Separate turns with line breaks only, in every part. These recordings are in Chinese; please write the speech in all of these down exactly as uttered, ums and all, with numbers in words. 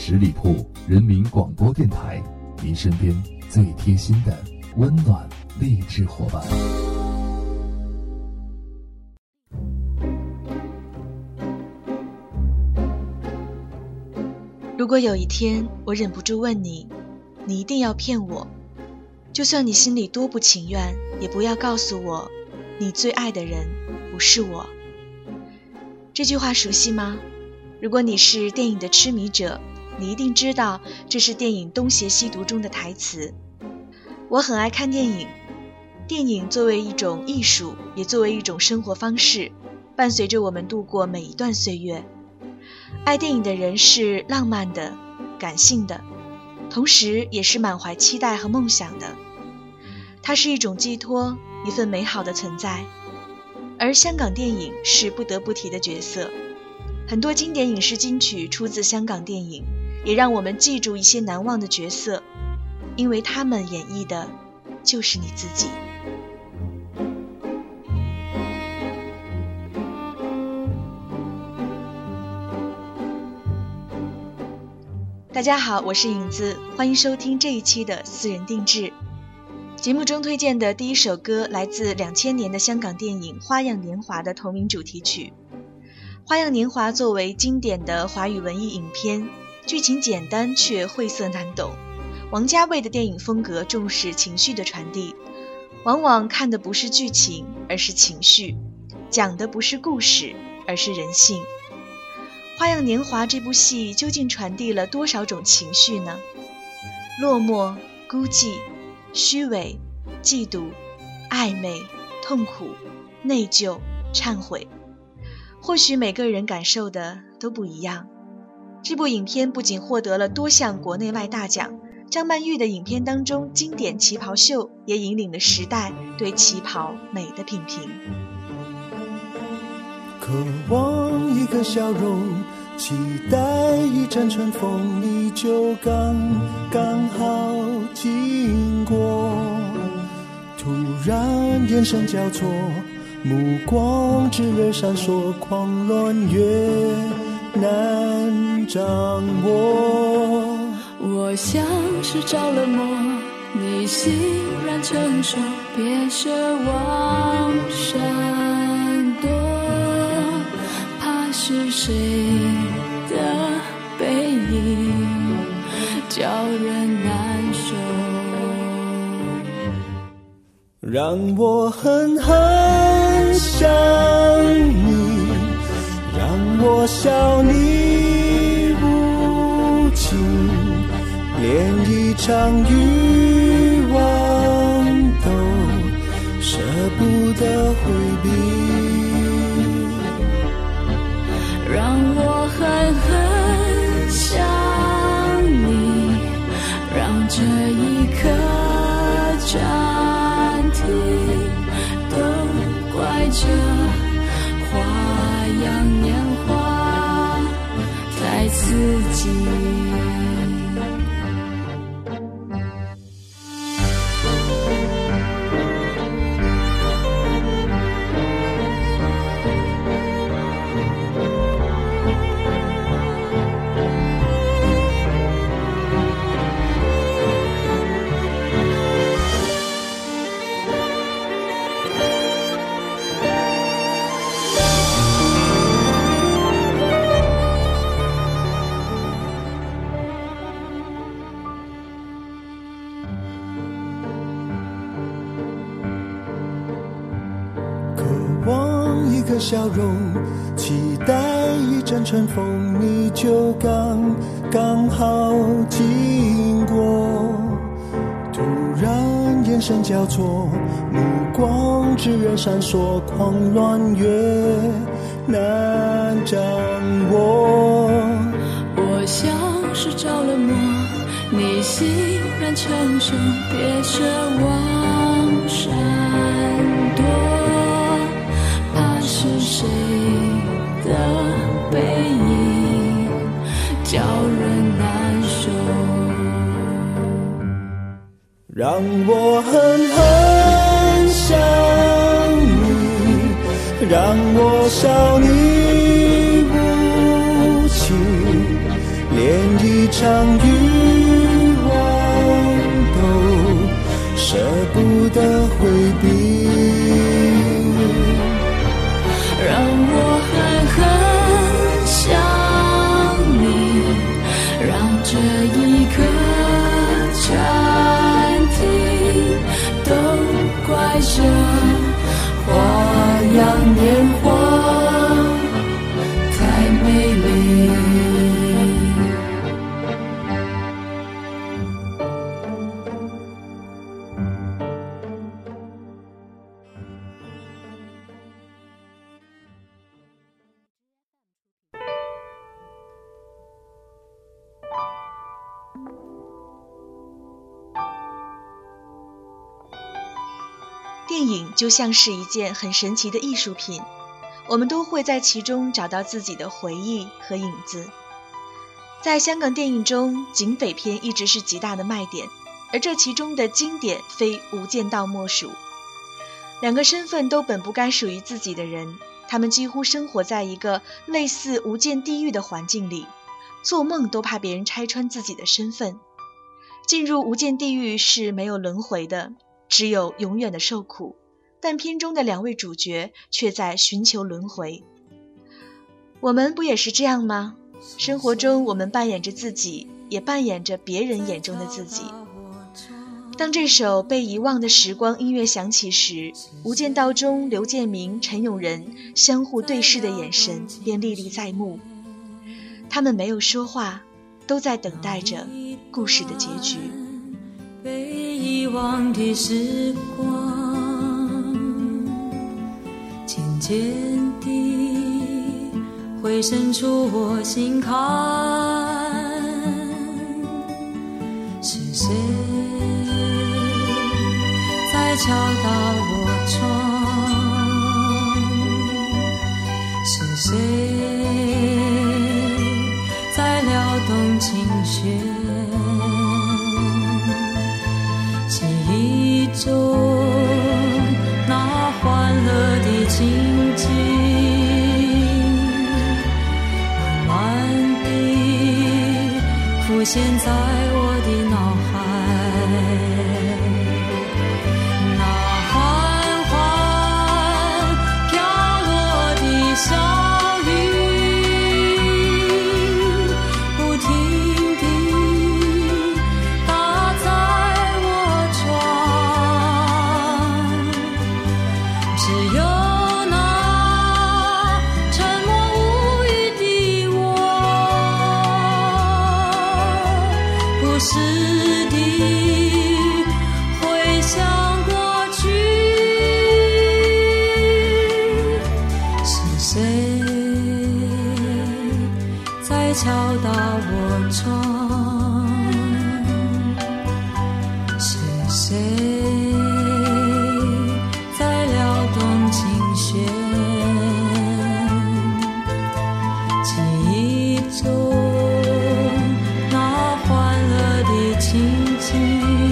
十里铺人民广播电台，您身边最贴心的温暖励志伙伴。
如果有一天我忍不住问你，你一定要骗我，就算你心里多不情愿，也不要告诉我你最爱的人不是我。这句话熟悉吗？如果你是电影的痴迷者，你一定知道这是电影《东邪西毒》中的台词。我很爱看电影，电影作为一种艺术，也作为一种生活方式，伴随着我们度过每一段岁月。爱电影的人是浪漫的、感性的，同时也是满怀期待和梦想的。它是一种寄托，一份美好的存在。而香港电影是不得不提的角色，很多经典影视金曲出自香港电影，也让我们记住一些难忘的角色，因为他们演绎的就是你自己。大家好，我是影子，欢迎收听这一期的私人定制。节目中推荐的第一首歌来自两千年的香港电影《花样年华》的同名主题曲。《花样年华》作为经典的华语文艺影片，剧情简单却晦涩难懂。王家卫的电影风格重视情绪的传递，往往看的不是剧情，而是情绪，讲的不是故事，而是人性。《花样年华》这部戏究竟传递了多少种情绪呢？落寞、孤寂、虚伪、嫉妒、暧昧、痛苦、内疚、忏悔。或许每个人感受的都不一样。这部影片不仅获得了多项国内外大奖，张曼玉的影片当中经典旗袍秀也引领了时代对旗袍美的品评。
渴望一个笑容，期待一阵春风，你就刚刚好经过，突然眼神交错，目光炙热闪烁，狂乱越难掌握。
我像是着了魔，你欣然承受，别奢望闪躲，怕是谁的背影叫人难受，
让我狠狠想你，让我笑你无情，连一场欲望都舍不得回避，
让我狠狠想你，让这一刻暂停，都怪这花样年华太刺激。
笑容，期待一阵春风，你就刚刚好经过，突然眼神交错，目光炙热闪烁，狂乱越难掌握。
我像是着了魔，你欣然承受，别奢望闪躲，是谁的背影叫人难受，
让我狠狠想你，让我笑你无情，连一场欲望都舍不得回避，
让我狠狠想你，让这一刻暂停，都怪这花样年华太美丽。
电影就像是一件很神奇的艺术品，我们都会在其中找到自己的回忆和影子。在香港电影中，警匪片一直是极大的卖点，而这其中的经典非《无间道》莫属。两个身份都本不该属于自己的人，他们几乎生活在一个类似无间地狱的环境里，做梦都怕别人拆穿自己的身份。进入无间地狱是没有轮回的，只有永远的受苦，但片中的两位主角却在寻求轮回。我们不也是这样吗？生活中我们扮演着自己，也扮演着别人眼中的自己。当这首被遗忘的时光音乐响起时，无间道中刘建明、陈永仁相互对视的眼神便历历在目。他们没有说话，都在等待着故事的结局。
被遗忘的时光，渐渐地回渗出我心坎，是谁在敲打我窗？是谁在撩动琴弦？记忆中那欢乐的情景，慢慢地浮现在我的脑海。那缓缓飘落的小雨，不停地打在我窗，只有那沉默无语的我，不时地回想过去。是谁在敲打我窗？是谁在撩动琴弦？记忆中那欢乐的情景，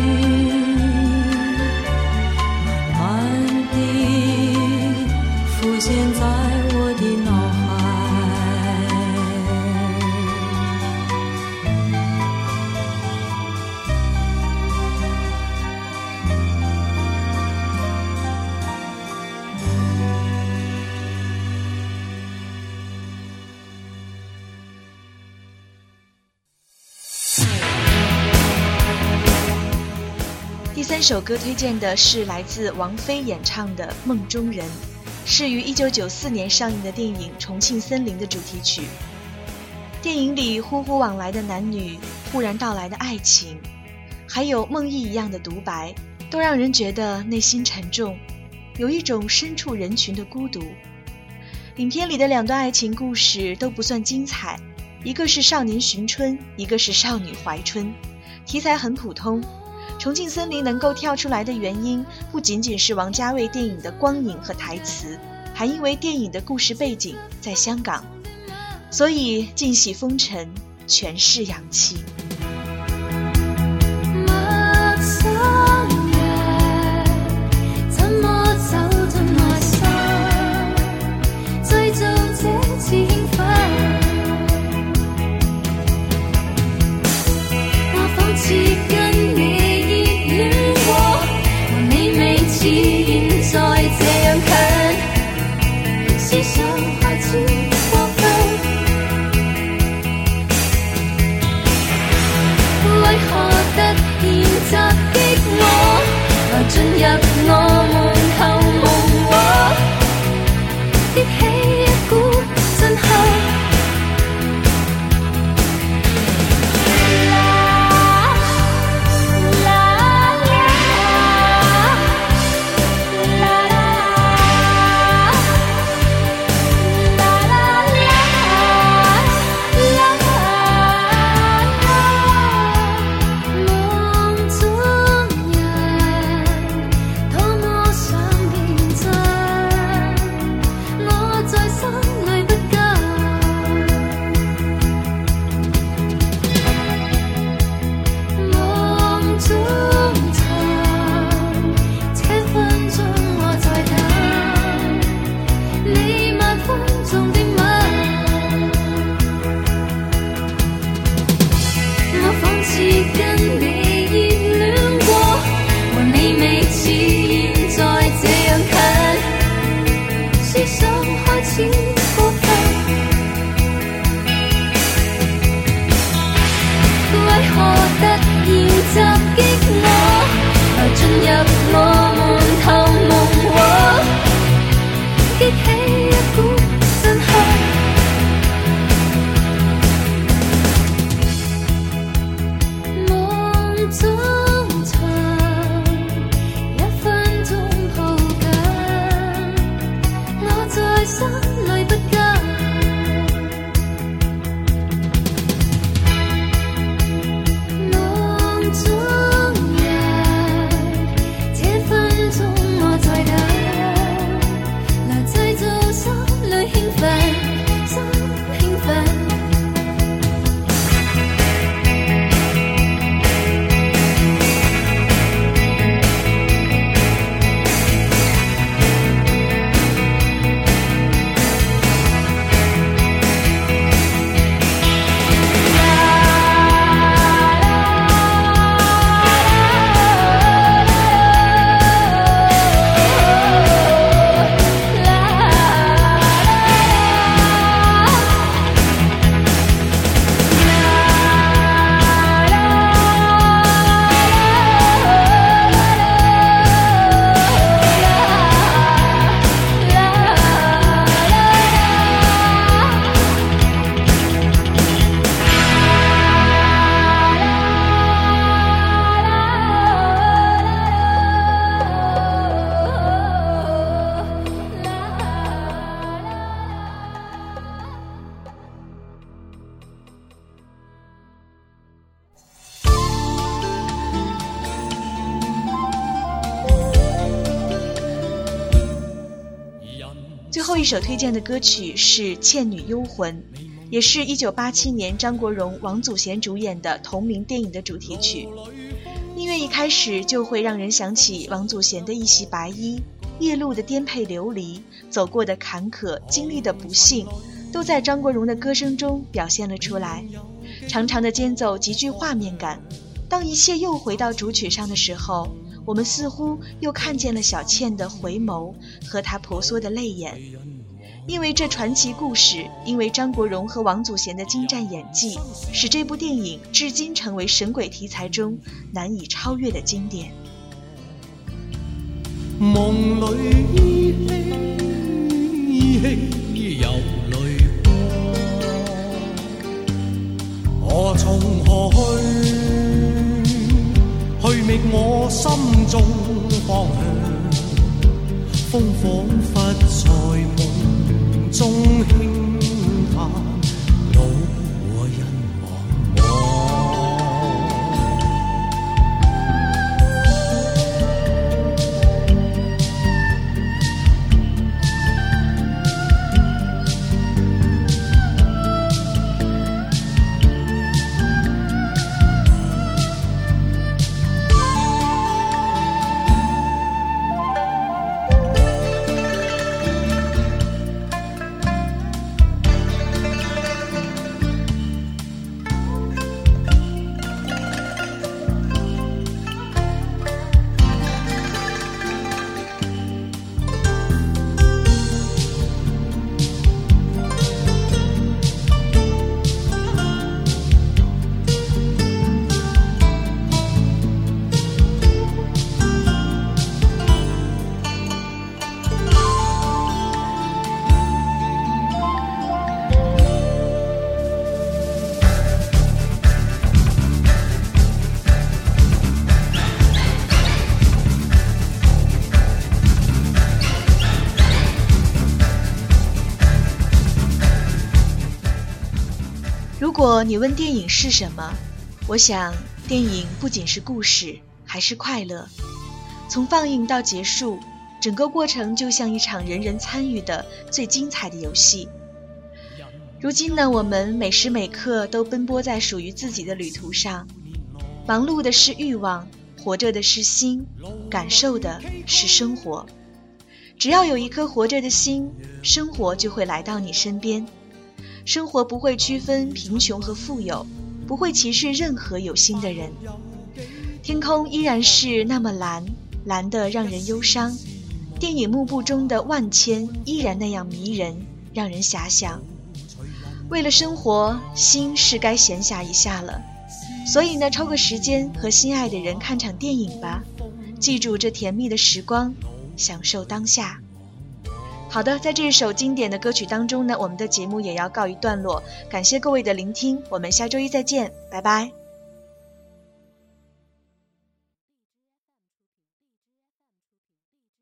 慢慢地浮现在我的脑海。
第三首歌推荐的是来自王菲演唱的《梦中人》，是于一九九四年上映的电影《重庆森林》的主题曲。电影里呼呼往来的男女，忽然到来的爱情，还有梦呓一样的独白，都让人觉得内心沉重，有一种身处人群的孤独。影片里的两段爱情故事都不算精彩，一个是少年寻春，一个是少女怀春，题材很普通。重庆森林能够跳出来的原因，不仅仅是王家卫电影的光影和台词，还因为电影的故事背景在香港，所以尽洗风尘，全是洋气。
追逐這情分， 進入我門後夢話，激起一股震撼。
最后一首推荐的歌曲是《倩女幽魂》，也是一九八七年张国荣、王祖贤主演的同名电影的主题曲。音乐一开始就会让人想起王祖贤的一袭白衣，夜路的颠沛流离，走过的坎坷，经历的不幸，都在张国荣的歌声中表现了出来。长长的间奏极具画面感，当一切又回到主曲上的时候，我们似乎又看见了小倩的回眸和她婆娑的泪眼。因为这传奇故事，因为张国荣和王祖贤的精湛演技，使这部电影至今成为神鬼题材中难以超越的经典。
梦里依稀有淚光，我從何去？去覓我心中方向，風彷彿在夢中輕嘆，路和人茫
果你问电影是什么，我想电影不仅是故事，还是快乐。从放映到结束，整个过程就像一场人人参与的最精彩的游戏。如今呢，我们每时每刻都奔波在属于自己的旅途上，忙碌的是欲望，活着的是心，感受的是生活。只要有一颗活着的心，生活就会来到你身边。生活不会区分贫穷和富有，不会歧视任何有心的人。天空依然是那么蓝，蓝得让人忧伤。电影幕布中的万千依然那样迷人，让人遐想。为了生活，心是该闲暇一下了。所以呢，抽个时间和心爱的人看场电影吧，记住这甜蜜的时光，享受当下。好的，在这首经典的歌曲当中呢，我们的节目也要告一段落，感谢各位的聆听，我们下周一再见，拜拜。